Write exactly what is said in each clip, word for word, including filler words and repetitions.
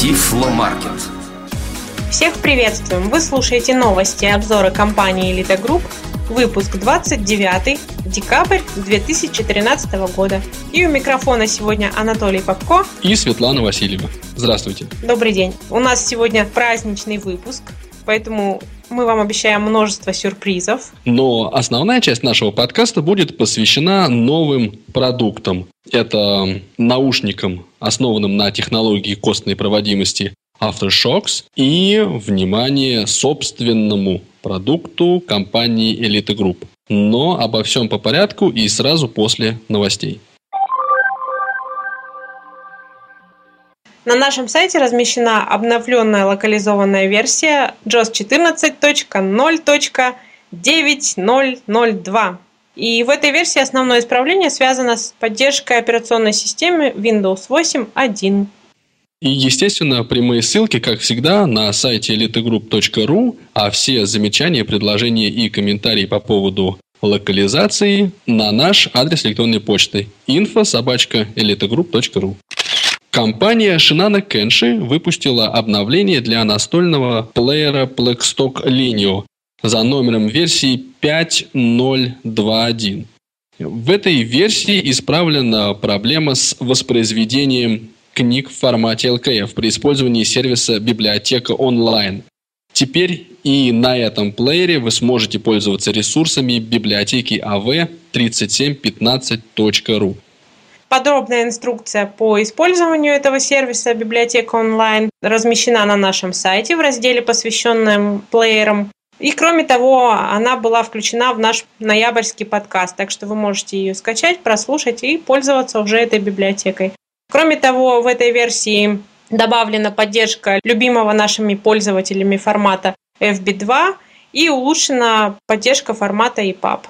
Тифломаркет. Всех приветствуем! Вы слушаете новости и обзоры компании Elite Group, выпуск двадцать девятый, декабрь две тысячи тринадцатого года. И у микрофона сегодня Анатолий Попко и Светлана Васильева. Здравствуйте. Добрый день. У нас сегодня праздничный выпуск, поэтому мы вам обещаем множество сюрпризов. Но основная часть нашего подкаста будет посвящена новым продуктам. Это наушникам, основанным на технологии костной проводимости Aftershokz, и, внимание, собственному продукту компании Elite Group. Но обо всем по порядку и сразу после новостей. На нашем сайте размещена обновленная локализованная версия джос четырнадцать точка ноль точка девять ноль ноль два. И в этой версии основное исправление связано с поддержкой операционной системы Windows восемь точка один. И, естественно, прямые ссылки, как всегда, на сайте элите групп точка ру, а все замечания, предложения и комментарии по поводу локализации на наш адрес электронной почты инфо собака элите групп точка ру. Компания Shinano Kenshi выпустила обновление для настольного плеера Blackstock Lineo за номером версии пять точка ноль точка два точка один. В этой версии исправлена проблема с воспроизведением книг в формате эл кей эф при использовании сервиса библиотека онлайн. Теперь и на этом плеере вы сможете пользоваться ресурсами библиотеки эй ви тридцать семь пятнадцать точка ру. Подробная инструкция по использованию этого сервиса библиотека онлайн размещена на нашем сайте в разделе, посвященном плеерам. И кроме того, она была включена в наш ноябрьский подкаст, так что вы можете ее скачать, прослушать и пользоваться уже этой библиотекой. Кроме того, в этой версии добавлена поддержка любимого нашими пользователями формата эф би два и улучшена поддержка формата и паб.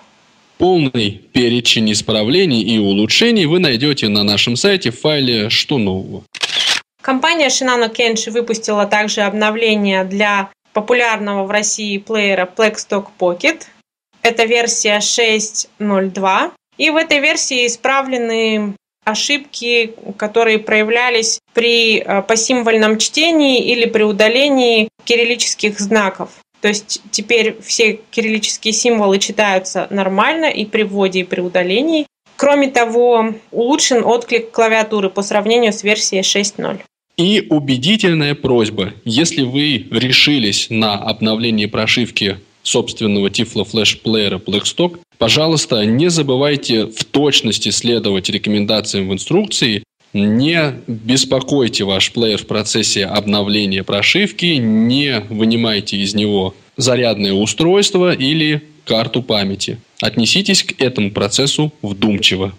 Полный перечень исправлений и улучшений вы найдете на нашем сайте в файле «Что нового?». Компания Shinano Kenshi выпустила также обновление для популярного в России плеера Blackstock Pocket. Это версия шесть точка ноль точка два. И в этой версии исправлены ошибки, которые проявлялись при посимвольном чтении или при удалении кириллических знаков. То есть теперь все кириллические символы читаются нормально и при вводе, и при удалении. Кроме того, улучшен отклик клавиатуры по сравнению с версией шесть точка ноль. И убедительная просьба, если вы решились на обновление прошивки собственного тифло-флеш-плеера Blackstock, пожалуйста, не забывайте в точности следовать рекомендациям в инструкции, не беспокойте ваш плеер в процессе обновления прошивки, не вынимайте из него зарядное устройство или карту памяти. Отнеситесь к этому процессу вдумчиво.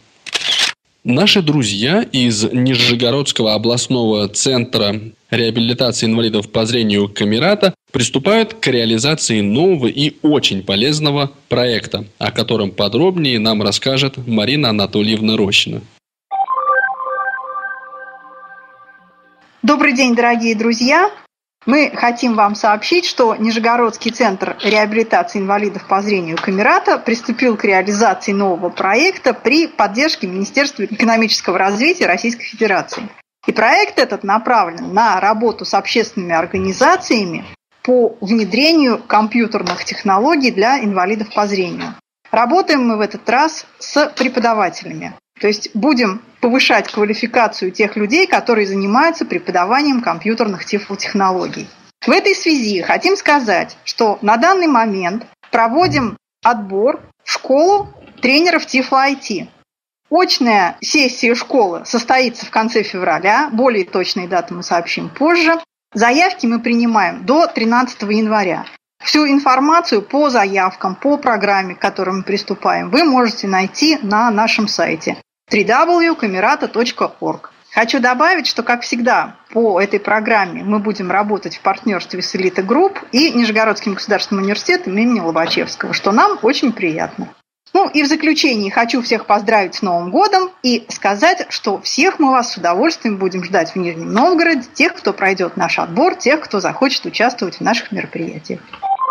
Наши друзья из Нижегородского областного центра реабилитации инвалидов по зрению Камерата приступают к реализации нового и очень полезного проекта, о котором подробнее нам расскажет Марина Анатольевна Рощина. Добрый день, дорогие друзья! Мы хотим вам сообщить, что Нижегородский центр реабилитации инвалидов по зрению Камерата приступил к реализации нового проекта при поддержке Министерства экономического развития Российской Федерации. И проект этот направлен на работу с общественными организациями по внедрению компьютерных технологий для инвалидов по зрению. Работаем мы в этот раз с преподавателями. То есть будем повышать квалификацию тех людей, которые занимаются преподаванием компьютерных тифлотехнологий. В этой связи хотим сказать, что на данный момент проводим отбор в школу тренеров Тифло-ай ти. Очная сессия школы состоится в конце февраля, более точные даты мы сообщим позже. Заявки мы принимаем до тринадцатого января. Всю информацию по заявкам, по программе, к которой мы приступаем, вы можете найти на нашем сайте дабл ю дабл ю дабл ю точка камерата точка орг. Хочу добавить, что, как всегда, по этой программе мы будем работать в партнерстве с Elite Group и Нижегородским государственным университетом имени Лобачевского, что нам очень приятно. Ну и в заключении хочу всех поздравить с Новым годом и сказать, что всех мы вас с удовольствием будем ждать в Нижнем Новгороде, тех, кто пройдет наш отбор, тех, кто захочет участвовать в наших мероприятиях.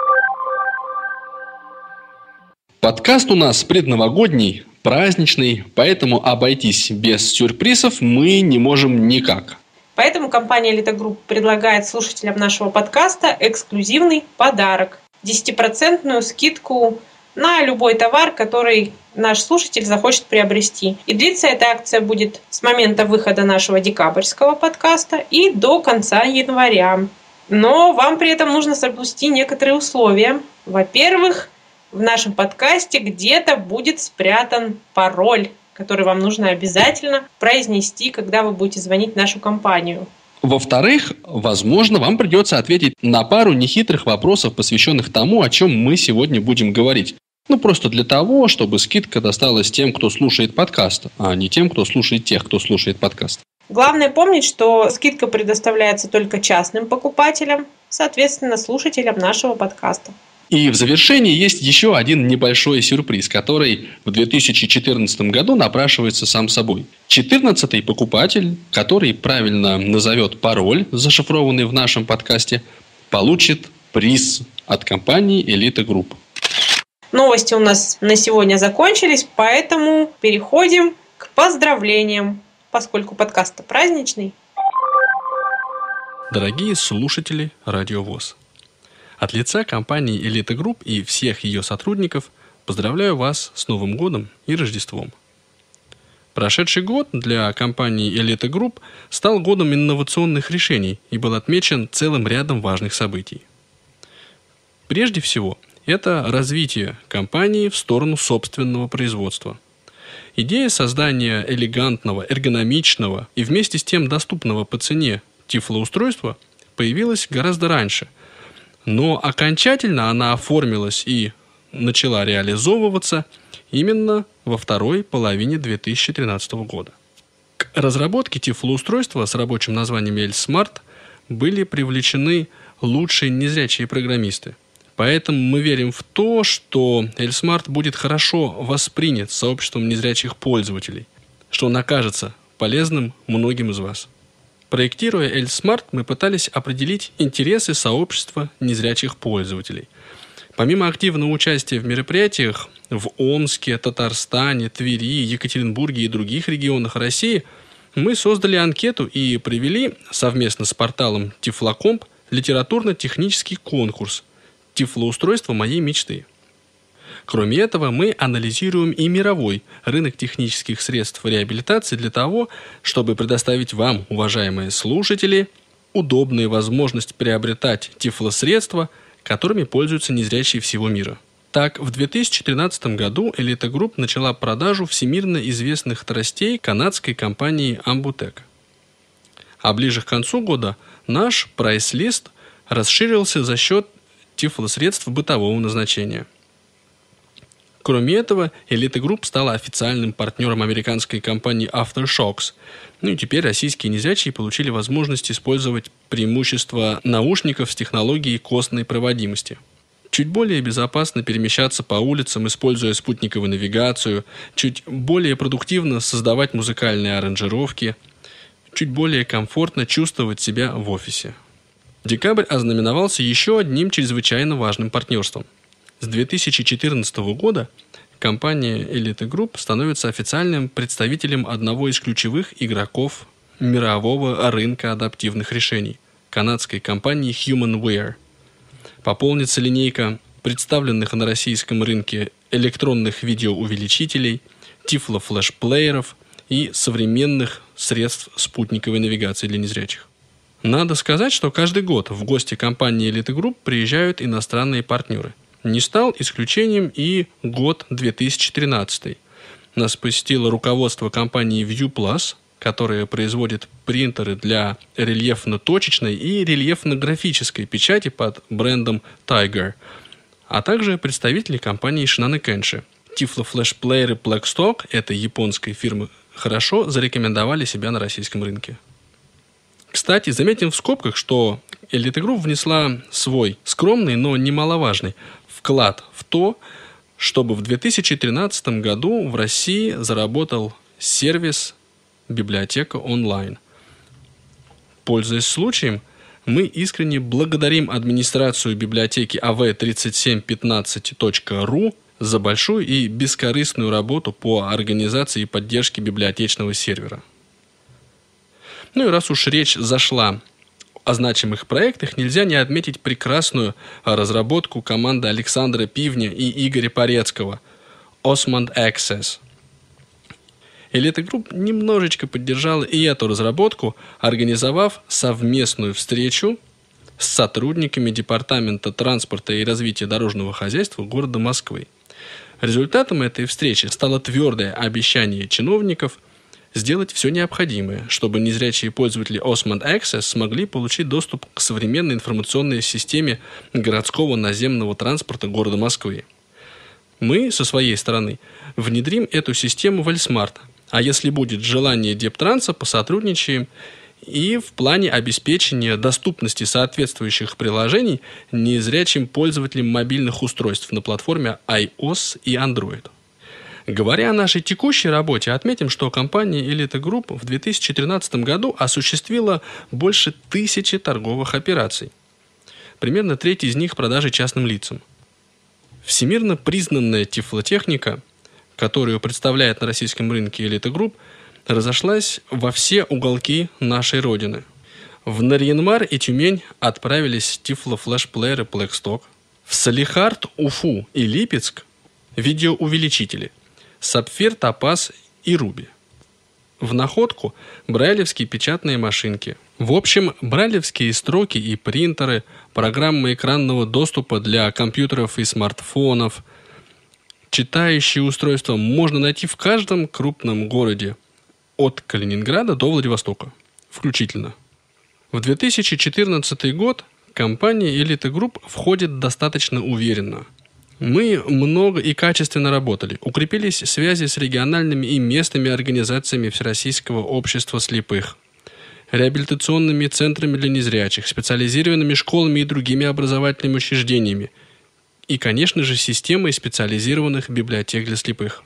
Подкаст у нас предновогодний, праздничный, поэтому обойтись без сюрпризов мы не можем никак. Поэтому компания Elite Group предлагает слушателям нашего подкаста эксклюзивный подарок – десять процентов скидку на любой товар, который наш слушатель захочет приобрести. И длиться эта акция будет с момента выхода нашего декабрьского подкаста и до конца января. Но вам при этом нужно соблюсти некоторые условия. Во-первых, в нашем подкасте где-то будет спрятан пароль, который вам нужно обязательно произнести, когда вы будете звонить в нашу компанию. Во-вторых, возможно, вам придется ответить на пару нехитрых вопросов, посвященных тому, о чем мы сегодня будем говорить. Ну, просто для того, чтобы скидка досталась тем, кто слушает подкаст, а не тем, кто слушает тех, кто слушает подкаст. Главное помнить, что скидка предоставляется только частным покупателям, соответственно, слушателям нашего подкаста. И в завершении есть еще один небольшой сюрприз, который в две тысячи четырнадцатом году напрашивается сам собой. четырнадцатый покупатель, который правильно назовет пароль, зашифрованный в нашем подкасте, получит приз от компании Elite Group. Новости у нас на сегодня закончились, поэтому переходим к поздравлениям, поскольку подкаст праздничный. Дорогие слушатели Радио ВОС, от лица компании Elite Group и всех ее сотрудников поздравляю вас с Новым годом и Рождеством. Прошедший год для компании Elite Group стал годом инновационных решений и был отмечен целым рядом важных событий. Прежде всего, это развитие компании в сторону собственного производства. Идея создания элегантного, эргономичного и вместе с тем доступного по цене тифлоустройства появилась гораздо раньше, но окончательно она оформилась и начала реализовываться именно во второй половине две тысячи тринадцатого года. К разработке тифлоустройства с рабочим названием L-Smart были привлечены лучшие незрячие программисты. Поэтому мы верим в то, что L-Smart будет хорошо воспринят сообществом незрячих пользователей, что он окажется полезным многим из вас. Проектируя L-Smart, мы пытались определить интересы сообщества незрячих пользователей. Помимо активного участия в мероприятиях в Омске, Татарстане, Твери, Екатеринбурге и других регионах России, мы создали анкету и провели совместно с порталом Тифлокомп литературно-технический конкурс «Тифлоустройство моей мечты». Кроме этого, мы анализируем и мировой рынок технических средств реабилитации для того, чтобы предоставить вам, уважаемые слушатели, удобные возможности приобретать тифлосредства, которыми пользуются незрячие всего мира. Так, в две тысячи тринадцатом году Elite Group начала продажу всемирно известных тростей канадской компании Ambutech. А ближе к концу года наш прайс-лист расширился за счет тифлосредств бытового назначения. Кроме этого, Elite Group стала официальным партнером американской компании Aftershocks. Ну и теперь российские незрячие получили возможность использовать преимущества наушников с технологией костной проводимости. Чуть более безопасно перемещаться по улицам, используя спутниковую навигацию, чуть более продуктивно создавать музыкальные аранжировки, чуть более комфортно чувствовать себя в офисе. Декабрь ознаменовался еще одним чрезвычайно важным партнерством. С две тысячи четырнадцатого года компания Elite Group становится официальным представителем одного из ключевых игроков мирового рынка адаптивных решений – канадской компании HumanWare. Пополнится линейка представленных на российском рынке электронных видеоувеличителей, тифлофлешплееров и современных средств спутниковой навигации для незрячих. Надо сказать, что каждый год в гости компании Elite Group приезжают иностранные партнеры. Не стал исключением и год две тысячи тринадцатый. Нас посетило руководство компании ViewPlus, которая производит принтеры для рельефно-точечной и рельефно-графической печати под брендом Tiger, а также представители компании Shinano Kenshi. Тифлофлешплееры Blackstock этой японской фирмы хорошо зарекомендовали себя на российском рынке. Кстати, заметим в скобках, что Elite Group внесла свой скромный, но немаловажный вклад в то, чтобы в две тысячи тринадцатом году в России заработал сервис «Библиотека онлайн». Пользуясь случаем, мы искренне благодарим администрацию библиотеки эй ви тридцать семь пятнадцать точка ру за большую и бескорыстную работу по организации и поддержке библиотечного сервера. Ну и раз уж речь зашла о значимых проектах, нельзя не отметить прекрасную разработку команды Александра Пивня и Игоря Порецкого Osmond Access. Elite Group немножечко поддержала и эту разработку, организовав совместную встречу с сотрудниками Департамента транспорта и развития дорожного хозяйства города Москвы. Результатом этой встречи стало твердое обещание чиновников сделать все необходимое, чтобы незрячие пользователи Osmond Access смогли получить доступ к современной информационной системе городского наземного транспорта города Москвы. Мы, со своей стороны, внедрим эту систему в Альсмарт, а если будет желание Дептранса, посотрудничаем и в плане обеспечения доступности соответствующих приложений незрячим пользователям мобильных устройств на платформе iOS и Android. Говоря о нашей текущей работе, отметим, что компания Elite Group в две тысячи тринадцатом году осуществила больше тысячи торговых операций. Примерно треть из них продажи частным лицам. Всемирно признанная тифлотехника, которую представляет на российском рынке Elite Group, разошлась во все уголки нашей Родины. В Нарьян-Мар и Тюмень отправились тифло-флеш-плееры Blackstock. В Салехард, Уфу и Липецк – видеоувеличители Сапфир, Топаз и Руби. В Находку – брайлевские печатные машинки. В общем, брайлевские строки и принтеры, программы экранного доступа для компьютеров и смартфонов, читающие устройства можно найти в каждом крупном городе от Калининграда до Владивостока, включительно. В две тысячи четырнадцатый год компания Elite Group входит достаточно уверенно. Мы много и качественно работали, укрепились связи с региональными и местными организациями Всероссийского общества слепых, реабилитационными центрами для незрячих, специализированными школами и другими образовательными учреждениями и, конечно же, системой специализированных библиотек для слепых.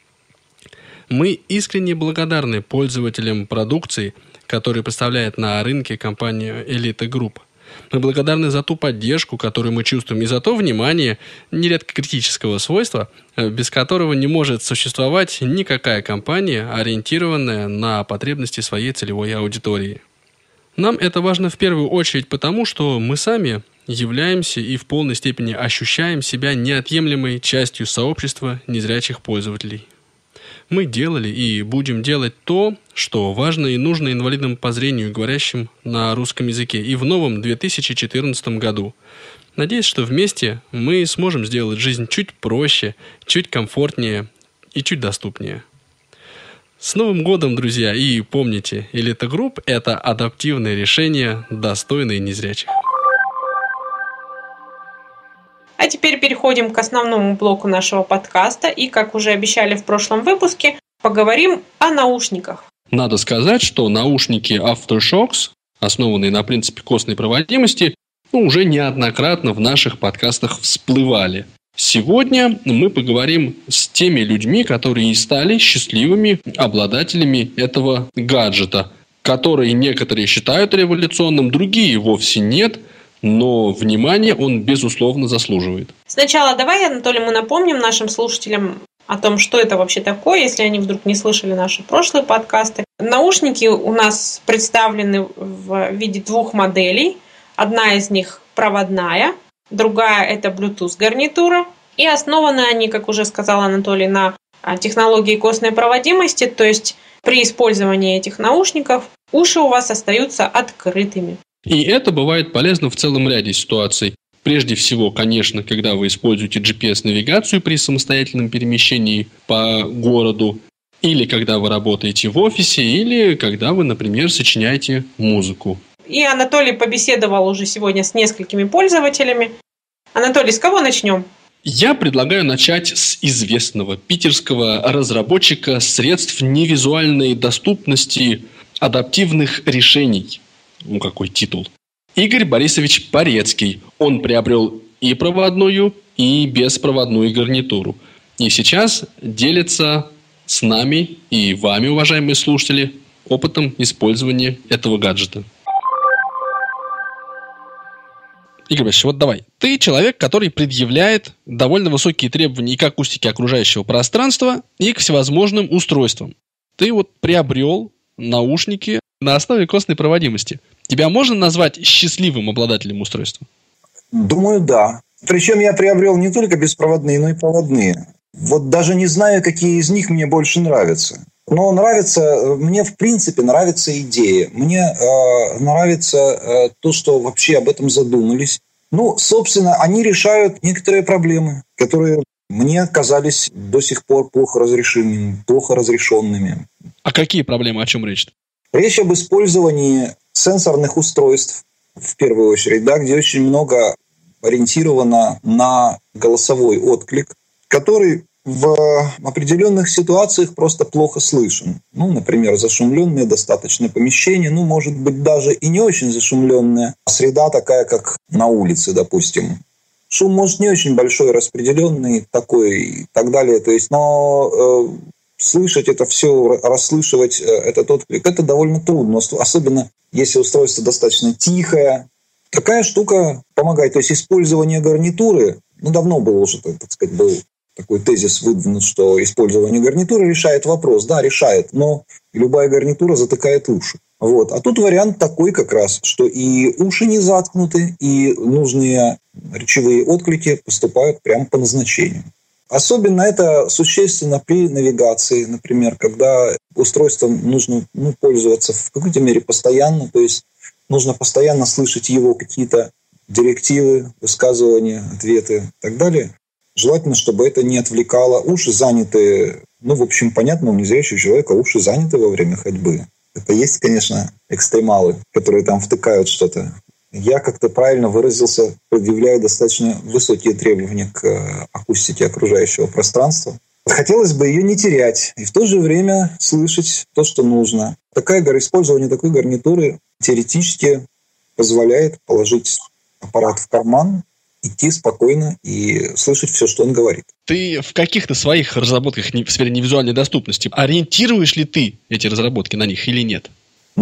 Мы искренне благодарны пользователям продукции, которую представляет на рынке компания Elite Group. Мы благодарны за ту поддержку, которую мы чувствуем, и за то внимание, нередко критического свойства, без которого не может существовать никакая компания, ориентированная на потребности своей целевой аудитории. Нам это важно в первую очередь потому, что мы сами являемся и в полной степени ощущаем себя неотъемлемой частью сообщества незрячих пользователей. Мы делали и будем делать то, что важно и нужно инвалидам по зрению, говорящим на русском языке, и в новом две тысячи четырнадцатом году. Надеюсь, что вместе мы сможем сделать жизнь чуть проще, чуть комфортнее и чуть доступнее. С Новым годом, друзья! И помните, Elite Group – это адаптивное решение, достойное незрячих. А теперь переходим к основному блоку нашего подкаста и, как уже обещали в прошлом выпуске, поговорим о наушниках. Надо сказать, что наушники Aftershokz, основанные на принципе костной проводимости, ну, уже неоднократно в наших подкастах всплывали. Сегодня мы поговорим с теми людьми, которые и стали счастливыми обладателями этого гаджета, который некоторые считают революционным, другие вовсе нет, но внимание он, безусловно, заслуживает. Сначала давай, Анатолий, мы напомним нашим слушателям о том, что это вообще такое, если они вдруг не слышали наши прошлые подкасты. Наушники у нас представлены в виде двух моделей. Одна из них проводная, другая – это Bluetooth гарнитура. И основаны они, как уже сказал Анатолий, на технологии костной проводимости, то есть при использовании этих наушников уши у вас остаются открытыми. И это бывает полезно в целом ряде ситуаций. Прежде всего, конечно, когда вы используете джи пи эс-навигацию при самостоятельном перемещении по городу, или когда вы работаете в офисе, или когда вы, например, сочиняете музыку. И Анатолий побеседовал уже сегодня с несколькими пользователями. Анатолий, с кого начнем? Я предлагаю начать с известного питерского разработчика средств невизуальной доступности адаптивных решений. Ну, какой титул. Игорь Борисович Порецкий. Он приобрел и проводную, и беспроводную гарнитуру. И сейчас делится с нами и вами, уважаемые слушатели, опытом использования этого гаджета. Игорь Борисович, вот давай. Ты человек, который предъявляет довольно высокие требования и к акустике окружающего пространства, и к всевозможным устройствам. Ты вот приобрел наушники на основе костной проводимости. Тебя можно назвать счастливым обладателем устройства? Думаю, да. Причем я приобрел не только беспроводные, но и проводные. Вот даже не знаю, какие из них мне больше нравятся. Но нравится, мне в принципе нравится идея. Мне э, нравится э, то, что вообще об этом задумались. Ну, собственно, они решают некоторые проблемы, которые мне казались до сих пор плохо разрешенными. Плохо разрешенными. А какие проблемы, о чем речь? Речь об использовании сенсорных устройств, в первую очередь, да, где очень много ориентировано на голосовой отклик, который в определенных ситуациях просто плохо слышен. Ну, например, зашумленное достаточно помещение, ну, может быть, даже и не очень зашумленная среда, такая, как на улице, допустим. Шум, может, не очень большой, распределенный такой и так далее. То есть, но э, слышать это все, расслышивать этот отклик, это довольно трудно, особенно если устройство достаточно тихое. Такая штука помогает. То есть, использование гарнитуры, ну, давно было уже, так сказать, был такой тезис выдвинут, что использование гарнитуры решает вопрос. Да, решает, но любая гарнитура затыкает уши. Вот. А тут вариант такой как раз, что и уши не заткнуты, и нужные речевые отклики поступают прямо по назначению. Особенно это существенно при навигации, например, когда устройством нужно ну, пользоваться в какой-то мере постоянно, то есть нужно постоянно слышать его какие-то директивы, высказывания, ответы и так далее. Желательно, чтобы это не отвлекало. Уши заняты, ну, в общем, понятно, у незрячего человека уши заняты во время ходьбы. Это есть, конечно, экстремалы, которые там втыкают что-то. Я как-то правильно выразился, предъявляю достаточно высокие требования к акустике окружающего пространства. Хотелось бы ее не терять и в то же время слышать то, что нужно. Такое использование такой гарнитуры теоретически позволяет положить аппарат в карман, идти спокойно и слышать все, что он говорит. Ты в каких-то своих разработках в сфере невизуальной доступности ориентируешь ли ты эти разработки на них или нет?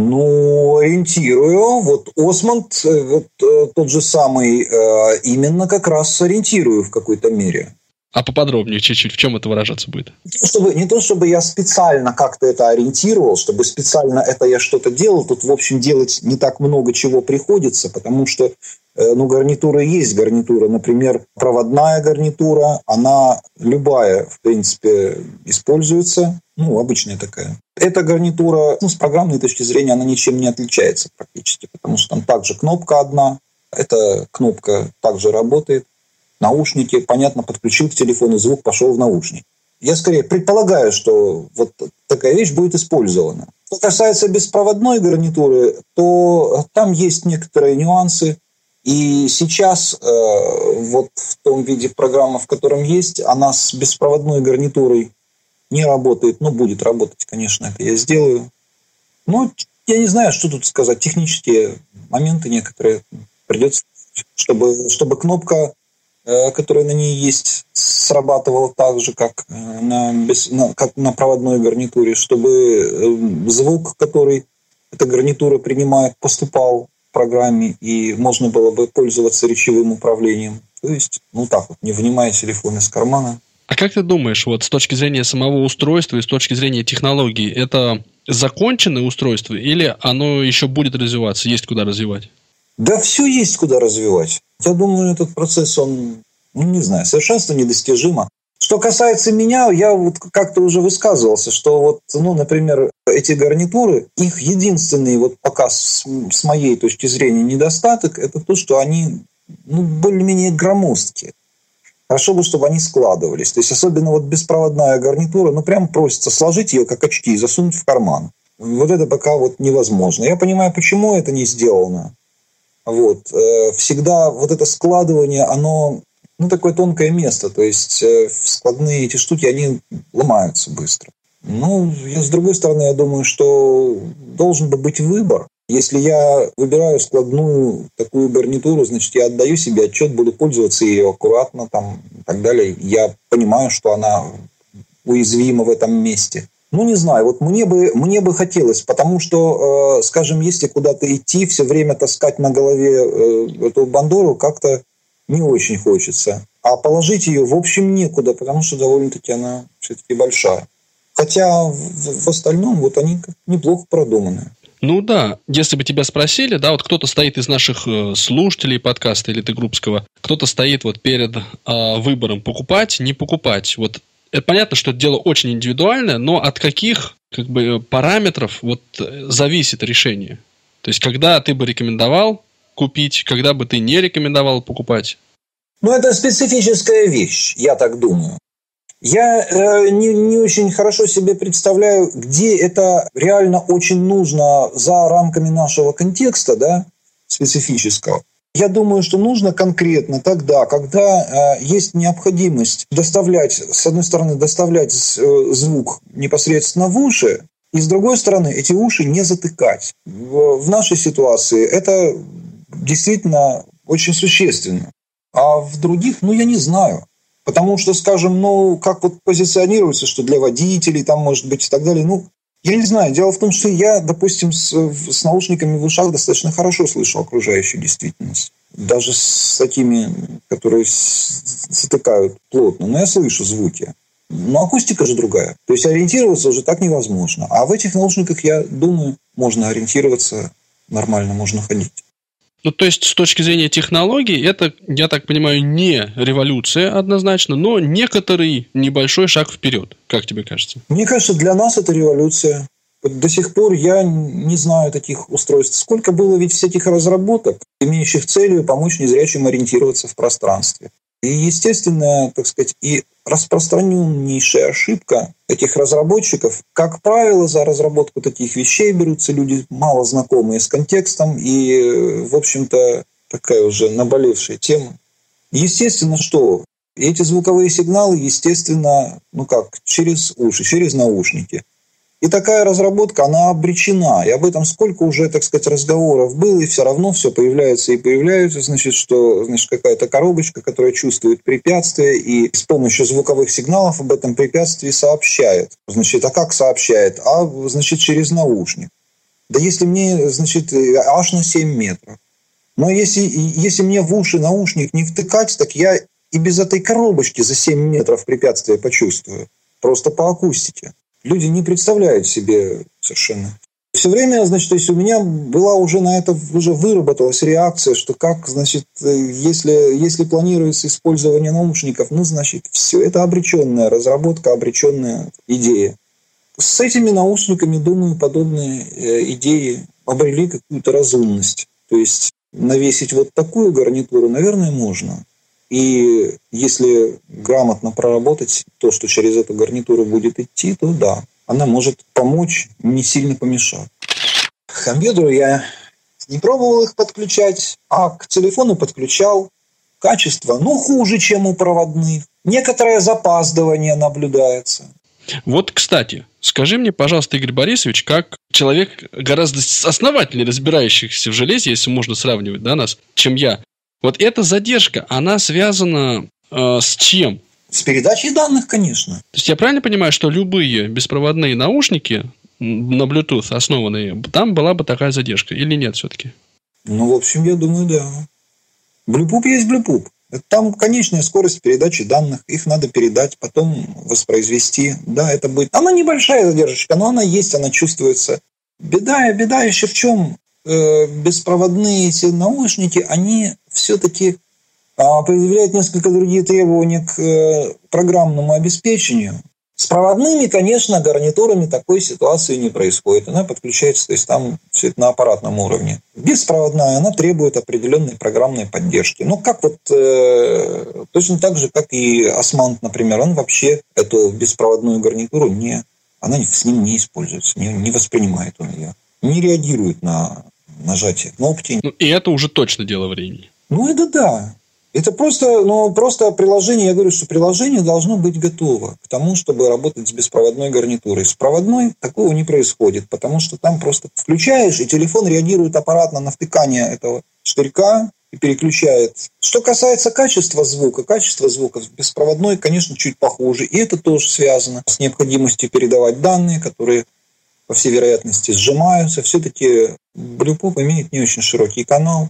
Ну, ориентирую. Вот Осмонд, вот, тот же самый, именно как раз ориентирую в какой-то мере. А поподробнее чуть-чуть, в чем это выражаться будет? Не то, чтобы, не то, чтобы я специально как-то это ориентировал, чтобы специально это я что-то делал. Тут, в общем, делать не так много чего приходится, потому что ну, гарнитура есть гарнитура. Например, проводная гарнитура, она любая, в принципе, используется. Ну, обычная такая. Эта гарнитура, ну, с программной точки зрения, она ничем не отличается практически, потому что там также кнопка одна. Эта кнопка также работает. Наушники, понятно, подключил к телефону, звук пошел в наушник. Я скорее предполагаю, что вот такая вещь будет использована. Что касается беспроводной гарнитуры, то там есть некоторые нюансы. И сейчас э, вот в том виде программы, в котором есть, она с беспроводной гарнитурой не работает. Но будет работать, конечно, это я сделаю. Но я не знаю, что тут сказать. Технические моменты некоторые придется, чтобы, чтобы кнопка, которая на ней есть, срабатывала так же, как на, без, на, как на проводной гарнитуре, чтобы звук, который эта гарнитура принимает, поступал в программе, и можно было бы пользоваться речевым управлением. То есть, ну так вот, не вынимая телефон из кармана. А как ты думаешь, вот с точки зрения самого устройства и с точки зрения технологий, это законченное устройство или оно еще будет развиваться, есть куда развивать? Да все есть куда развивать. Я думаю, этот процесс, он, ну, не знаю, совершенство недостижимо. Что касается меня, я вот как-то уже высказывался, что вот, ну, например, эти гарнитуры, их единственный вот пока с, с моей точки зрения недостаток, это то, что они, ну, более-менее громоздкие. Хорошо бы, чтобы они складывались. То есть, особенно вот беспроводная гарнитура, ну, прям просится сложить ее, как очки, и засунуть в карман. Вот это пока вот невозможно. Я понимаю, почему это не сделано. Вот. Всегда вот это складывание, оно, ну, такое тонкое место. То есть, складные эти штуки, они ломаются быстро. Ну, я, с другой стороны, я думаю, что должен бы быть выбор. Если я выбираю складную такую гарнитуру, значит, я отдаю себе отчет, буду пользоваться ее аккуратно там, и так далее. Я понимаю, что она уязвима в этом месте. Ну, не знаю, вот мне бы, мне бы хотелось, потому что, э, скажем, если куда-то идти, все время таскать на голове э, эту бандуру как-то не очень хочется. А положить ее, в общем, некуда, потому что довольно-таки она все-таки большая. Хотя в, в остальном вот они неплохо продуманы. Ну да, если бы тебя спросили, да, вот кто-то стоит из наших слушателей подкаста Элиты Группского, кто-то стоит вот перед э, выбором покупать, не покупать. Вот это понятно, что это дело очень индивидуальное, но от каких как бы параметров вот зависит решение? То есть, когда ты бы рекомендовал купить, когда бы ты не рекомендовал покупать? Ну, это специфическая вещь, я так думаю. Я э, не, не очень хорошо себе представляю, где это реально очень нужно за рамками нашего контекста, да, специфического. Я думаю, что нужно конкретно тогда, когда э, есть необходимость доставлять, с одной стороны, доставлять э, звук непосредственно в уши, и с другой стороны, эти уши не затыкать. В, в нашей ситуации это действительно очень существенно. А в других, ну, я не знаю. Потому что, скажем, ну, как вот позиционируется, что для водителей там может быть и так далее, ну, я не знаю. Дело в том, что я, допустим, с, с наушниками в ушах достаточно хорошо слышу окружающую действительность. Даже с такими, которые затыкают плотно. Но я слышу звуки. Но акустика же другая. То есть ориентироваться уже так невозможно. А в этих наушниках, я думаю, можно ориентироваться нормально, можно ходить. Ну, то есть, с точки зрения технологий, это, я так понимаю, не революция однозначно, но некоторый небольшой шаг вперед. Как тебе кажется? Мне кажется, для нас это революция. До сих пор я не знаю таких устройств. Сколько было ведь всяких разработок, имеющих целью помочь незрячим ориентироваться в пространстве. И, естественно, так сказать, и распространеннейшая ошибка этих разработчиков. Как правило, за разработку таких вещей берутся люди, мало знакомые с контекстом, и, в общем-то, такая уже наболевшая тема. Естественно, что эти звуковые сигналы, естественно, ну как, через уши, через наушники. И такая разработка, она обречена. И об этом сколько уже, так сказать, разговоров было, и все равно все появляется и появляется. Значит, что значит, какая-то коробочка, которая чувствует препятствие, и с помощью звуковых сигналов об этом препятствии сообщает. Значит, а как сообщает? А, значит, через наушник. Да если мне, значит, аж на семь метров. Но если, если мне в уши наушник не втыкать, так я и без этой коробочки за семь метров препятствия почувствую. Просто по акустике. Люди не представляют себе совершенно. Все время, значит, то есть у меня была уже на это уже выработалась реакция, что как, значит, если, если планируется использование наушников, ну, значит, все это обреченная разработка, обреченная идея. С этими наушниками, думаю, подобные идеи обрели какую-то разумность. То есть навесить вот такую гарнитуру, наверное, можно. И если грамотно проработать то, что через эту гарнитуру будет идти, то да, она может помочь, не сильно помешать. К компьютеру я не пробовал их подключать, а к телефону подключал. Качество, ну, хуже, чем у проводных. Некоторое запаздывание наблюдается. Вот, кстати, скажи мне, пожалуйста, Игорь Борисович, как человек, гораздо основательнее разбирающийся в железе, если можно сравнивать, да, нас, чем я. Вот эта задержка, она связана э, с чем? С передачей данных, конечно. То есть я правильно понимаю, что любые беспроводные наушники на Bluetooth основанные, там была бы такая задержка или нет все-таки? Ну, в общем, я думаю, да. Bluetooth есть Bluetooth. Там конечная скорость передачи данных. Их надо передать, потом воспроизвести. Да, это будет... Она небольшая задержка, но она есть, она чувствуется. Беда, беда еще в чем? Беспроводные эти наушники, они все-таки предъявляют несколько другие требования к программному обеспечению. С проводными, конечно, гарнитурами такой ситуации не происходит. Она подключается, то есть там все это на аппаратном уровне. Беспроводная, она требует определенной программной поддержки. Ну, как вот, э, точно так же, как и Османт, например, он вообще эту беспроводную гарнитуру не, она с ним не используется, не, не воспринимает он ее, не реагирует на нажатие кнопки. Ну, и это уже точно дело времени. Ну, это да. Это просто, ну, просто приложение, я говорю, что приложение должно быть готово к тому, чтобы работать с беспроводной гарнитурой. С проводной такого не происходит, потому что там просто включаешь, и телефон реагирует аппаратно на втыкание этого штырька и переключает. Что касается качества звука, качество звука беспроводной, конечно, чуть похуже. И это тоже связано с необходимостью передавать данные, которые, по всей вероятности, сжимаются. Все-таки Bluetooth имеет не очень широкий канал.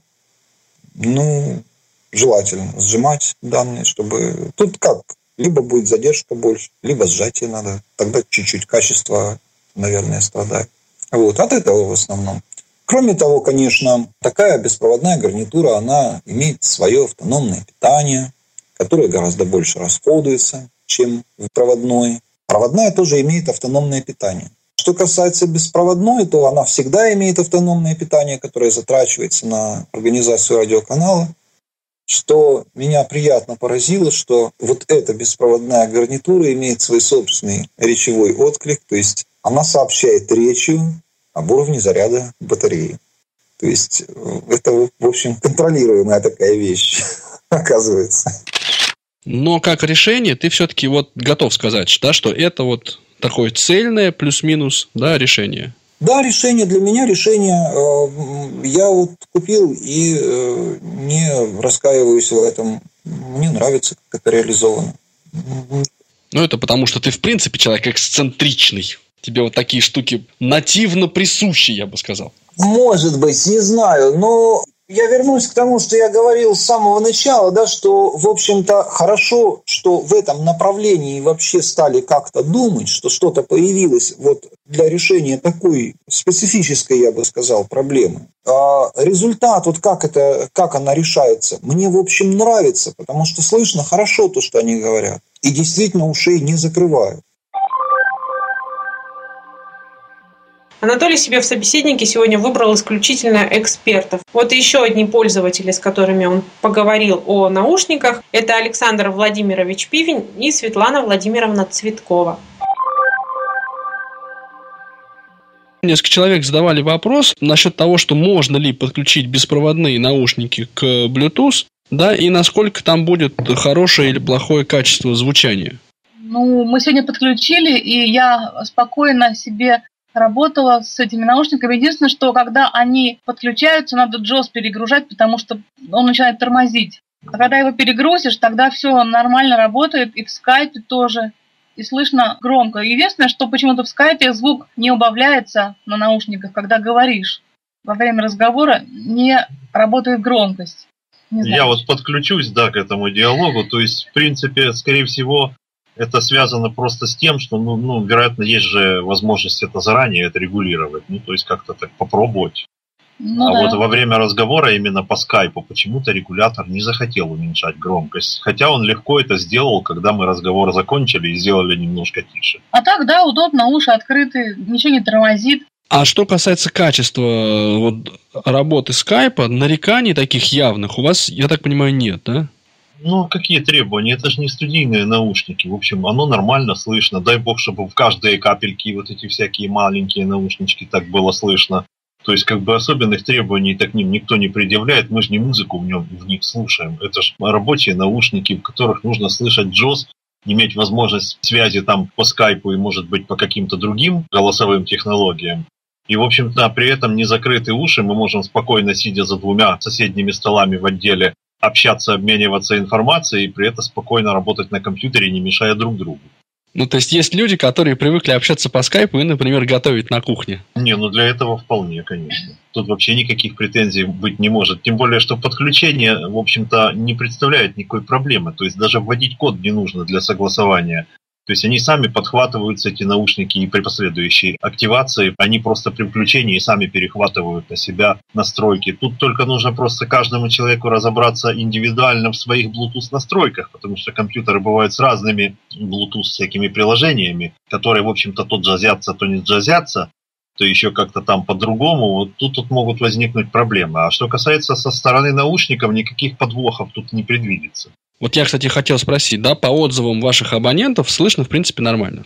Ну... Желательно сжимать данные, чтобы... Тут как? Либо будет задержка больше, либо сжатие надо. Тогда чуть-чуть качество, наверное, страдает. Вот, от этого в основном. Кроме того, конечно, такая беспроводная гарнитура, она имеет свое автономное питание, которое гораздо больше расходуется, чем проводной. Проводная тоже имеет автономное питание. Что касается беспроводной, то она всегда имеет автономное питание, которое затрачивается на организацию радиоканала. Что меня приятно поразило, что вот эта беспроводная гарнитура имеет свой собственный речевой отклик, то есть она сообщает речью об уровне заряда батареи. То есть это, в общем, контролируемая такая вещь, оказывается. Но как решение ты все-таки вот готов сказать, да, что это вот такое цельное плюс-минус, да, решение? Да, решение для меня, решение я вот купил и не раскаиваюсь в этом. Мне нравится, как это реализовано. Ну, это потому, что ты, в принципе, человек эксцентричный. Тебе вот такие штуки нативно присущи, я бы сказал. Может быть, не знаю, но я вернусь к тому, что я говорил с самого начала, да, что, в общем-то, хорошо, что в этом направлении вообще стали как-то думать, что что-то появилось вот для решения такой специфической, я бы сказал, проблемы. А результат, вот как, это, как она решается, мне, в общем, нравится, потому что слышно хорошо то, что они говорят. И действительно ушей не закрывают. Анатолий себе в собеседнике сегодня выбрал исключительно экспертов. Вот еще одни пользователи, с которыми он поговорил о наушниках, это Александр Владимирович Пивень и Светлана Владимировна Цветкова. Несколько человек задавали вопрос насчет того, что можно ли подключить беспроводные наушники к Bluetooth, да, и насколько там будет хорошее или плохое качество звучания. Ну, мы сегодня подключили, и я спокойно себе работала с этими наушниками. Единственное, что когда они подключаются, надо джоз перегружать, потому что он начинает тормозить. А когда его перегрузишь, тогда все нормально работает, и в скайпе тоже, и слышно громко. Единственное, что почему-то в скайпе звук не убавляется на наушниках, когда говоришь. Во время разговора не работает громкость. Не знаю. Я вот подключусь, да, к этому диалогу. То есть, в принципе, скорее всего, это связано просто с тем, что, ну, ну, вероятно, есть же возможность это заранее это регулировать. Ну, то есть как-то так попробовать. Ну, а да. Вот во время разговора именно по скайпу почему-то регулятор не захотел уменьшать громкость. Хотя он легко это сделал, когда мы разговор закончили и сделали немножко тише. А так, да, удобно, уши открыты, ничего не тормозит. А что касается качества вот, работы скайпа, нареканий таких явных у вас, я так понимаю, нет, да? Ну, какие требования? Это же не студийные наушники. В общем, оно нормально слышно. Дай бог, чтобы в каждой капельке вот эти всякие маленькие наушнички так было слышно. То есть, как бы особенных требований так к ним никто не предъявляет. Мы же не музыку в, нем, в них слушаем. Это же рабочие наушники, в которых нужно слышать джоз, иметь возможность связи там по скайпу и, может быть, по каким-то другим голосовым технологиям. И, в общем-то, при этом не закрыты уши. Мы можем спокойно, сидя за двумя соседними столами в отделе, общаться, обмениваться информацией и при этом спокойно работать на компьютере, не мешая друг другу. Ну, то есть, есть люди, которые привыкли общаться по скайпу и, например, готовить на кухне. Не, ну для этого вполне, конечно. Тут вообще никаких претензий быть не может. Тем более, что подключение, в общем-то, не представляет никакой проблемы. То есть, даже вводить код не нужно для согласования. То есть, они сами подхватываются, эти наушники, и при последующей активации они просто при включении сами перехватывают на себя настройки. Тут только нужно просто каждому человеку разобраться индивидуально в своих Bluetooth-настройках, потому что компьютеры бывают с разными Bluetooth всякими приложениями, которые, в общем-то, то джазятся, то не джазятся, то еще как-то там по-другому. Вот тут, тут могут возникнуть проблемы. А что касается со стороны наушников, никаких подвохов тут не предвидится. Вот я, кстати, хотел спросить, да, по отзывам ваших абонентов слышно, в принципе, нормально?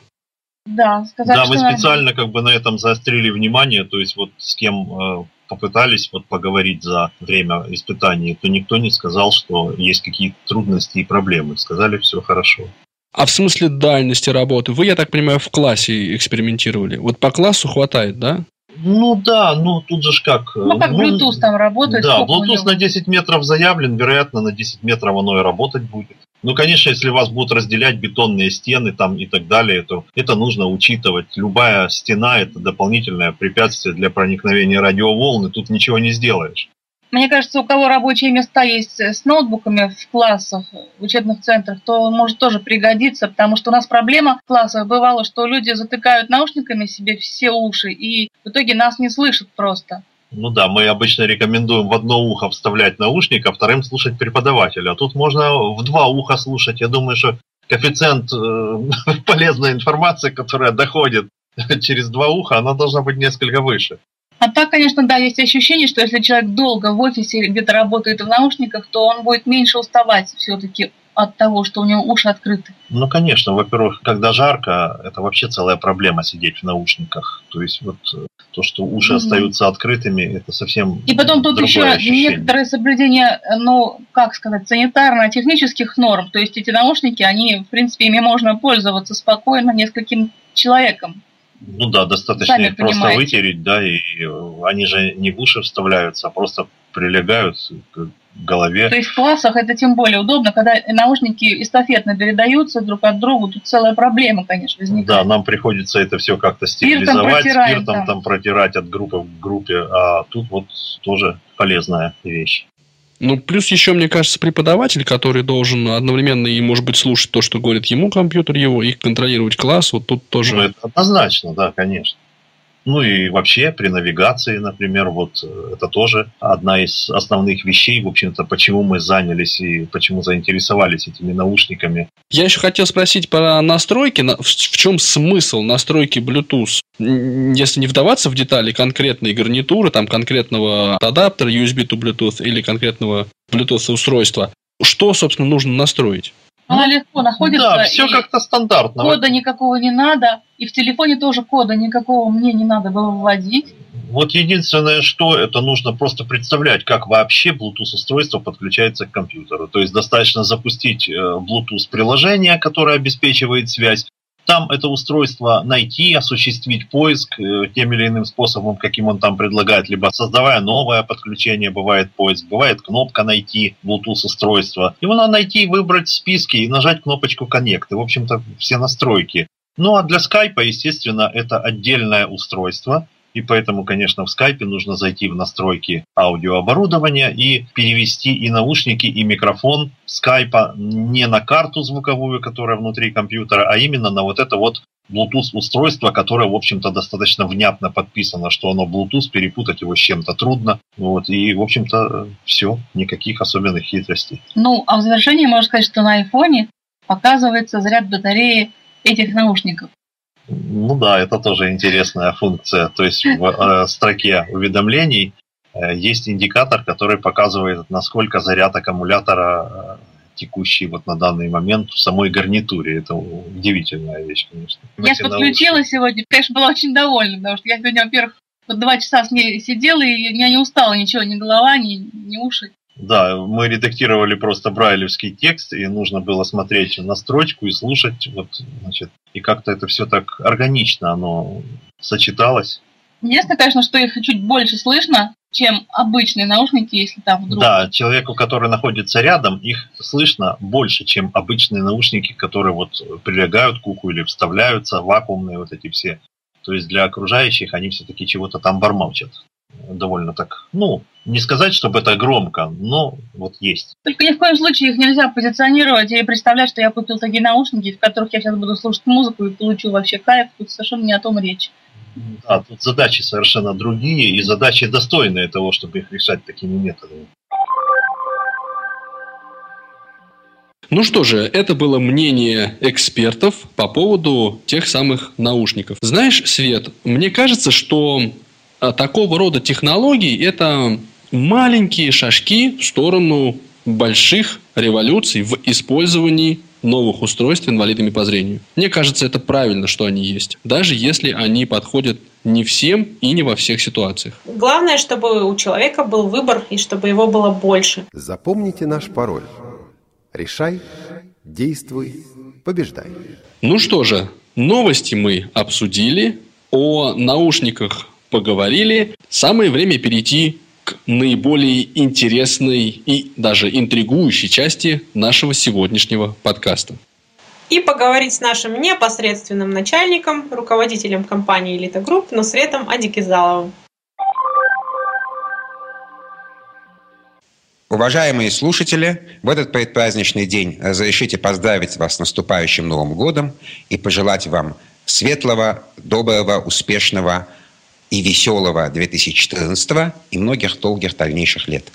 Да, сказать, да, что мы нормально. специально как бы на этом заострили внимание, то есть вот с кем э, попытались вот поговорить за время испытаний, то никто не сказал, что есть какие-то трудности и проблемы. Сказали, все хорошо. А в смысле дальности работы? Вы, я так понимаю, в классе экспериментировали. Вот по классу хватает, да? Ну да, ну тут же ж как... Ну как ну, Bluetooth там работает. Да, Bluetooth на десять метров заявлен, вероятно, на десять метров оно и работать будет. Ну, конечно, если вас будут разделять бетонные стены там и так далее, то это нужно учитывать. Любая стена – это дополнительное препятствие для проникновения радиоволны, тут ничего не сделаешь. Мне кажется, у кого рабочие места есть с ноутбуками в классах, в учебных центрах, то может тоже пригодиться, потому что у нас проблема в классах бывала, что люди затыкают наушниками себе все уши, и в итоге нас не слышат просто. Ну да, мы обычно рекомендуем в одно ухо вставлять наушник, а вторым слушать преподавателя. А тут можно в два уха слушать. Я думаю, что коэффициент э, полезной информации, которая доходит через два уха, она должна быть несколько выше. А так, конечно, да, есть ощущение, что если человек долго в офисе или где-то работает в наушниках, то он будет меньше уставать все-таки от того, что у него уши открыты. Ну, конечно, во-первых, когда жарко, это вообще целая проблема сидеть в наушниках. То есть вот то, что уши mm-hmm. остаются открытыми, это совсем И потом тут еще ощущение. Некоторое соблюдение, ну, как сказать, санитарно-технических норм. То есть эти наушники, они, в принципе, ими можно пользоваться спокойно нескольким человеком. Ну да, достаточно Сами их понимаете. Просто вытереть, да, и они же не в уши вставляются, а просто прилегают к голове. То есть в классах это тем более удобно, когда наушники эстафетно передаются друг от друга, тут целая проблема, конечно, возникает. Да, нам приходится это все как-то стерилизовать, спиртом там. там протирать от группы к группе, а тут вот тоже полезная вещь. Ну, плюс еще, мне кажется, преподаватель, который должен одновременно и, может быть, слушать то, что говорит ему компьютер его, и контролировать класс, вот тут тоже... Ну, это однозначно, да, конечно. Ну и вообще при навигации, например, вот это тоже одна из основных вещей, в общем-то, почему мы занялись и почему заинтересовались этими наушниками. Я еще хотел спросить про настройки. В чем смысл настройки Bluetooth? Если не вдаваться в детали конкретной гарнитуры, там конкретного адаптера ю эс би to Bluetooth или конкретного Bluetooth устройства, что, собственно, нужно настроить? Она легко находится. Да, все как-то стандартно. Кода никакого не надо. И в телефоне тоже кода никакого мне не надо было вводить. Вот единственное, что это нужно просто представлять, как вообще Bluetooth-устройство подключается к компьютеру. То есть достаточно запустить Bluetooth-приложение, которое обеспечивает связь. Там это устройство найти, осуществить поиск э, тем или иным способом, каким он там предлагает, либо создавая новое подключение, бывает поиск, бывает кнопка «Найти» Bluetooth-устройство. Его надо найти, выбрать в списке и нажать кнопочку «Connect». И, в общем-то, все настройки. Ну, а для Skype, естественно, это отдельное устройство. И поэтому, конечно, в Skype нужно зайти в настройки аудиооборудования и перевести и наушники, и микрофон Skype не на карту звуковую, которая внутри компьютера, а именно на вот это вот Bluetooth-устройство, которое, в общем-то, достаточно внятно подписано, что оно Bluetooth, перепутать его с чем-то трудно. Вот, и, в общем-то, все, никаких особенных хитростей. Ну, а в завершении можно сказать, что на айфоне показывается заряд батареи этих наушников. Ну да, это тоже интересная функция. То есть в э, строке уведомлений э, есть индикатор, который показывает, насколько заряд аккумулятора э, текущий вот на данный момент в самой гарнитуре. Это удивительная вещь, конечно. Я подключила сегодня, конечно, была очень довольна, потому что я сегодня, во-первых, вот два часа с ней сидела, и я не устала ничего, ни голова, ни, ни уши. Да, мы редактировали просто брайлевский текст, и нужно было смотреть на строчку и слушать, вот, значит, и как-то это все так органично, оно сочеталось. Единственное, конечно, что их чуть больше слышно, чем обычные наушники, если там вдруг... Да, человеку, который находится рядом, их слышно больше, чем обычные наушники, которые вот прилегают к уху или вставляются, вакуумные вот эти все. То есть для окружающих они все-таки чего-то там бормочат. Довольно так, ну, не сказать, чтобы это громко, но вот есть. Только ни в коем случае их нельзя позиционировать или представлять, что я купил такие наушники, в которых я сейчас буду слушать музыку и получу вообще кайф. Тут совершенно не о том речь. Да, тут задачи совершенно другие, и задачи достойные того, чтобы их решать такими методами. Ну что же, это было мнение экспертов по поводу тех самых наушников. Знаешь, Свет, мне кажется, что такого рода технологии – это маленькие шажки в сторону больших революций в использовании новых устройств инвалидами по зрению. Мне кажется, это правильно, что они есть, даже если они подходят не всем и не во всех ситуациях. Главное, чтобы у человека был выбор и чтобы его было больше. Запомните наш пароль. Решай, действуй, побеждай. Ну что же, новости мы обсудили, о наушниках поговорили. Самое время перейти к наиболее интересной и даже интригующей части нашего сегодняшнего подкаста. И поговорить с нашим непосредственным начальником, руководителем компании «Элита Групп» Нусретом Адикизаловым. Уважаемые слушатели, в этот предпраздничный день разрешите поздравить вас с наступающим Новым годом и пожелать вам светлого, доброго, успешного и веселого две тысячи четырнадцатого и многих долгих дальнейших лет.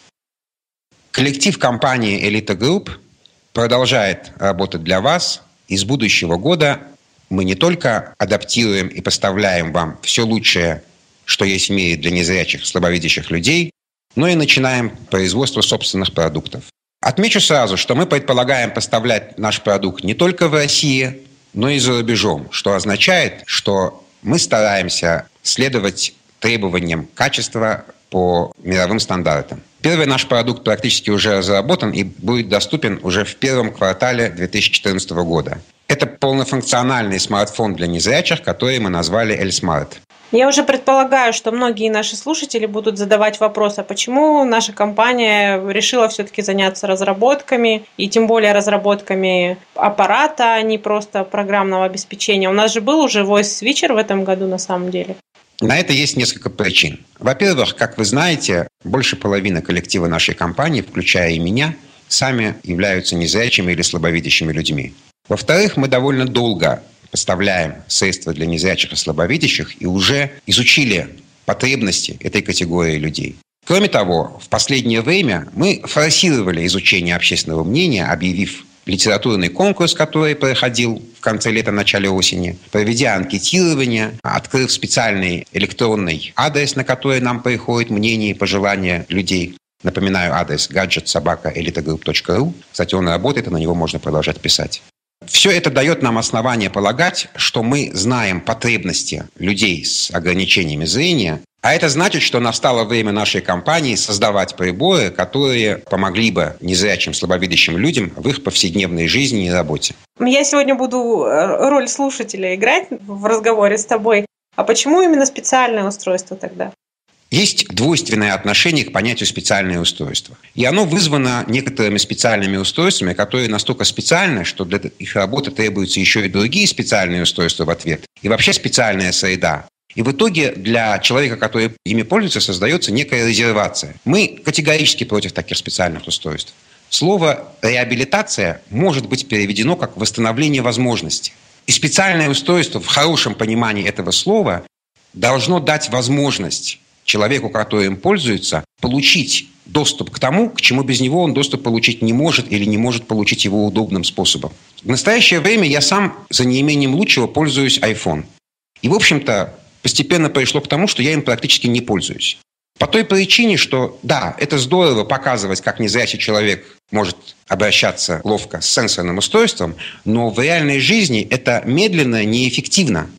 Коллектив компании Elite Group продолжает работать для вас, и с будущего года мы не только адаптируем и поставляем вам все лучшее, что есть в мире для незрячих, слабовидящих людей, но и начинаем производство собственных продуктов. Отмечу сразу, что мы предполагаем поставлять наш продукт не только в России, но и за рубежом, что означает, что мы стараемся следовать требованиям качества по мировым стандартам. Первый наш продукт практически уже разработан и будет доступен уже в первом квартале две тысячи четырнадцатого года. Это полнофункциональный смартфон для незрячих, который мы назвали L-Smart. Я уже предполагаю, что многие наши слушатели будут задавать вопрос, а почему наша компания решила все-таки заняться разработками, и тем более разработками аппарата, а не просто программного обеспечения. У нас же был уже Voice Switcher в этом году на самом деле. На это есть несколько причин. Во-первых, как вы знаете, больше половины коллектива нашей компании, включая и меня, сами являются незрячими или слабовидящими людьми. Во-вторых, мы довольно долго поставляем средства для незрячих и слабовидящих и уже изучили потребности этой категории людей. Кроме того, в последнее время мы форсировали изучение общественного мнения, объявив литературный конкурс, который проходил в конце лета, начале осени, проведя анкетирование, открыв специальный электронный адрес, на который нам приходит мнение и пожелания людей. Напоминаю, адрес гаджет собака элитагрупп точка ру. Кстати, он работает, и на него можно продолжать писать. Все это дает нам основание полагать, что мы знаем потребности людей с ограничениями зрения, а это значит, что настало время нашей компании создавать приборы, которые помогли бы незрячим, слабовидящим людям в их повседневной жизни и работе. Я сегодня буду роль слушателя играть в разговоре с тобой. А почему именно специальное устройство тогда? Есть двойственное отношение к понятию «специальное устройство». И оно вызвано некоторыми специальными устройствами, которые настолько специальны, что для их работы требуются еще и другие специальные устройства в ответ. И вообще специальная среда. И в итоге для человека, который ими пользуется, создается некая резервация. Мы категорически против таких специальных устройств. Слово «реабилитация» может быть переведено как «восстановление возможностей». И специальное устройство в хорошем понимании этого слова должно дать возможность человеку, который им пользуется, получить доступ к тому, к чему без него он доступ получить не может или не может получить его удобным способом. В настоящее время я сам за неимением лучшего пользуюсь iPhone. И, в общем-то, постепенно пришло к тому, что я им практически не пользуюсь. По той причине, что, да, это здорово показывать, как незрячий человек может обращаться ловко с сенсорным устройством, но в реальной жизни это медленно, неэффективно.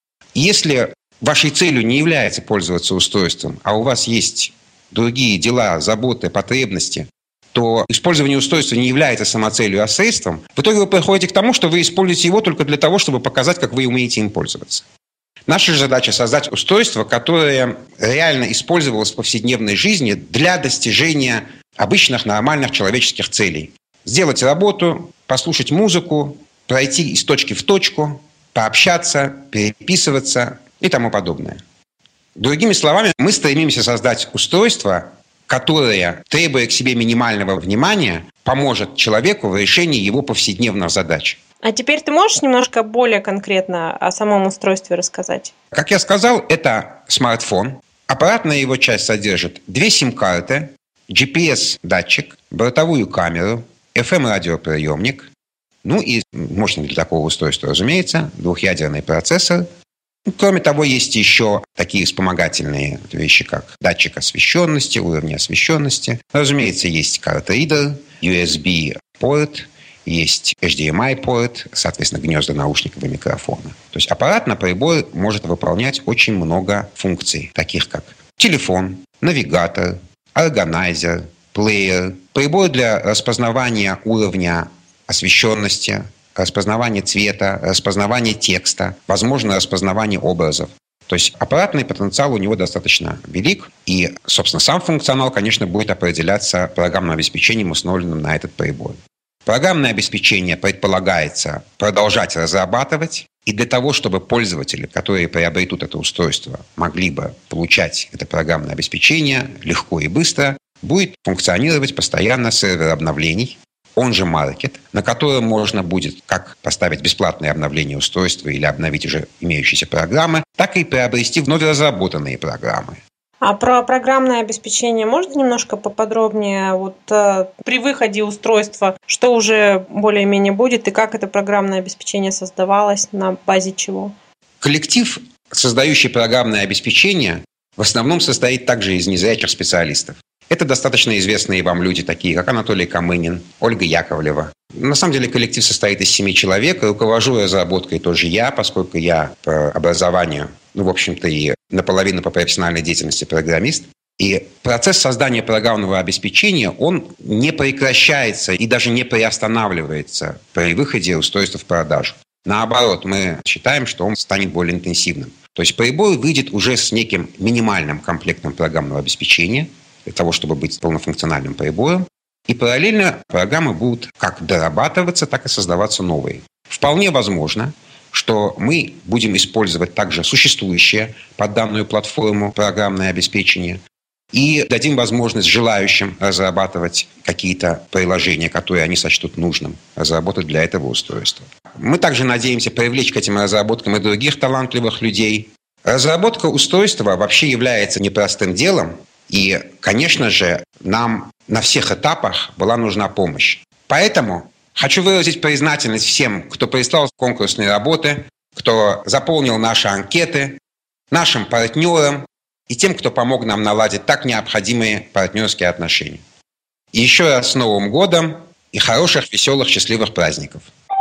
Если вашей целью не является пользоваться устройством, а у вас есть другие дела, заботы, потребности, то использование устройства не является самоцелью, а средством, в итоге вы приходите к тому, что вы используете его только для того, чтобы показать, как вы умеете им пользоваться. Наша же задача – создать устройство, которое реально использовалось в повседневной жизни для достижения обычных нормальных человеческих целей. Сделать работу, послушать музыку, пройти из точки в точку, пообщаться, переписываться и тому подобное. Другими словами, мы стремимся создать устройство, которое, требуя к себе минимального внимания, поможет человеку в решении его повседневных задач. А теперь ты можешь немножко более конкретно о самом устройстве рассказать? Как я сказал, это смартфон. Аппаратная его часть содержит две сим-карты, джи пи эс-датчик, бортовую камеру, эф эм-радиоприемник, ну и мощный для такого устройства, разумеется, двухъядерный процессор. Кроме того, есть еще такие вспомогательные вещи, как датчик освещенности, уровня освещенности. Разумеется, есть карт-ридер, ю эс би-порт, есть эйч ди эм ай-порт, соответственно, гнезда наушников и микрофона. То есть аппаратный прибор может выполнять очень много функций, таких как телефон, навигатор, органайзер, плеер, прибор для распознавания уровня освещенности, распознавание цвета, распознавание текста, возможно, распознавание образов. То есть аппаратный потенциал у него достаточно велик, и, собственно, сам функционал, конечно, будет определяться программным обеспечением, установленным на этот прибор. Программное обеспечение предполагается продолжать разрабатывать, и для того, чтобы пользователи, которые приобретут это устройство, могли бы получать это программное обеспечение легко и быстро, будет функционировать постоянно сервер обновлений, он же маркет, на котором можно будет как поставить бесплатное обновление устройства или обновить уже имеющиеся программы, так и приобрести вновь разработанные программы. А про программное обеспечение можно немножко поподробнее? Вот э, при выходе устройства, что уже более-менее будет и как это программное обеспечение создавалось, на базе чего? Коллектив, создающий программное обеспечение, в основном состоит также из незрячих специалистов. Это достаточно известные вам люди, такие как Анатолий Камынин, Ольга Яковлева. На самом деле коллектив состоит из семи человек, и руковожу разработкой тоже я, поскольку я по образованию, ну, в общем-то, и наполовину по профессиональной деятельности программист. И процесс создания программного обеспечения, он не прекращается и даже не приостанавливается при выходе устройства в продажу. Наоборот, мы считаем, что он станет более интенсивным. То есть прибор выйдет уже с неким минимальным комплектом программного обеспечения, для того, чтобы быть полнофункциональным прибором. И параллельно программы будут как дорабатываться, так и создаваться новые. Вполне возможно, что мы будем использовать также существующее под данную платформу программное обеспечение и дадим возможность желающим разрабатывать какие-то приложения, которые они сочтут нужным разработать для этого устройства. Мы также надеемся привлечь к этим разработкам и других талантливых людей. Разработка устройства вообще является непростым делом, и, конечно же, нам на всех этапах была нужна помощь. Поэтому хочу выразить признательность всем, кто прислал конкурсные работы, кто заполнил наши анкеты, нашим партнерам и тем, кто помог нам наладить так необходимые партнерские отношения. И еще раз с Новым годом и хороших, веселых, счастливых праздников.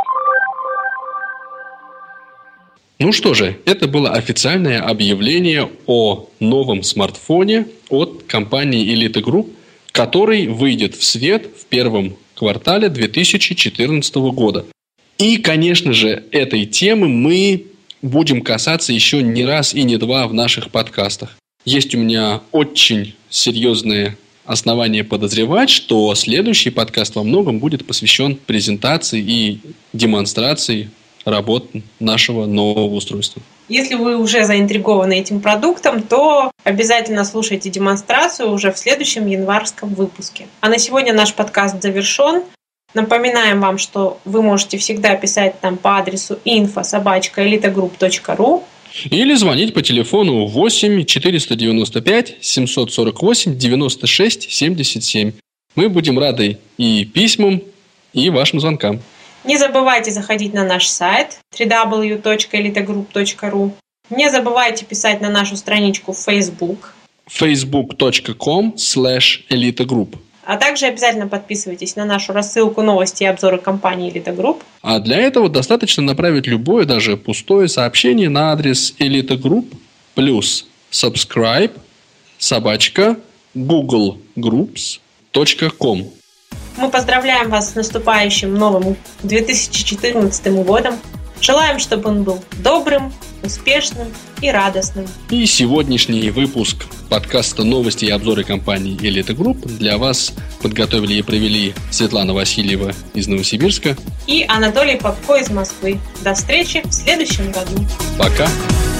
Ну что же, это было официальное объявление о новом смартфоне от компании Elite Group, который выйдет в свет в первом квартале две тысячи четырнадцатого года. И, конечно же, этой темы мы будем касаться еще не раз и не два в наших подкастах. Есть у меня очень серьезные основания подозревать, что следующий подкаст во многом будет посвящен презентации и демонстрации работ нашего нового устройства. Если вы уже заинтригованы этим продуктом, то обязательно слушайте демонстрацию уже в следующем январском выпуске. А на сегодня наш подкаст завершен. Напоминаем вам, что вы можете всегда писать нам по адресу инфо собака элитагрупп точка ру или звонить по телефону восемь четыреста девяносто пять семьсот сорок восемь девяносто шесть семьдесят семь. Мы будем рады и письмам, и вашим звонкам. Не забывайте заходить на наш сайт дабл ю дабл ю дабл ю точка элитагрупп точка ру. Не забывайте писать на нашу страничку в Facebook facebook точка com слэш элитагрупп. А также обязательно подписывайтесь на нашу рассылку новости и обзоры компании Elite Group. А для этого достаточно направить любое, даже пустое сообщение на адрес элитагрупп плюс subscribe собачка googlegroups точка com. Мы поздравляем вас с наступающим новым две тысячи четырнадцатым годом. Желаем, чтобы он был добрым, успешным и радостным. И сегодняшний выпуск подкаста «Новости и обзоры» компании Elite Group для вас подготовили и провели Светлана Васильева из Новосибирска и Анатолий Попко из Москвы. До встречи в следующем году. Пока!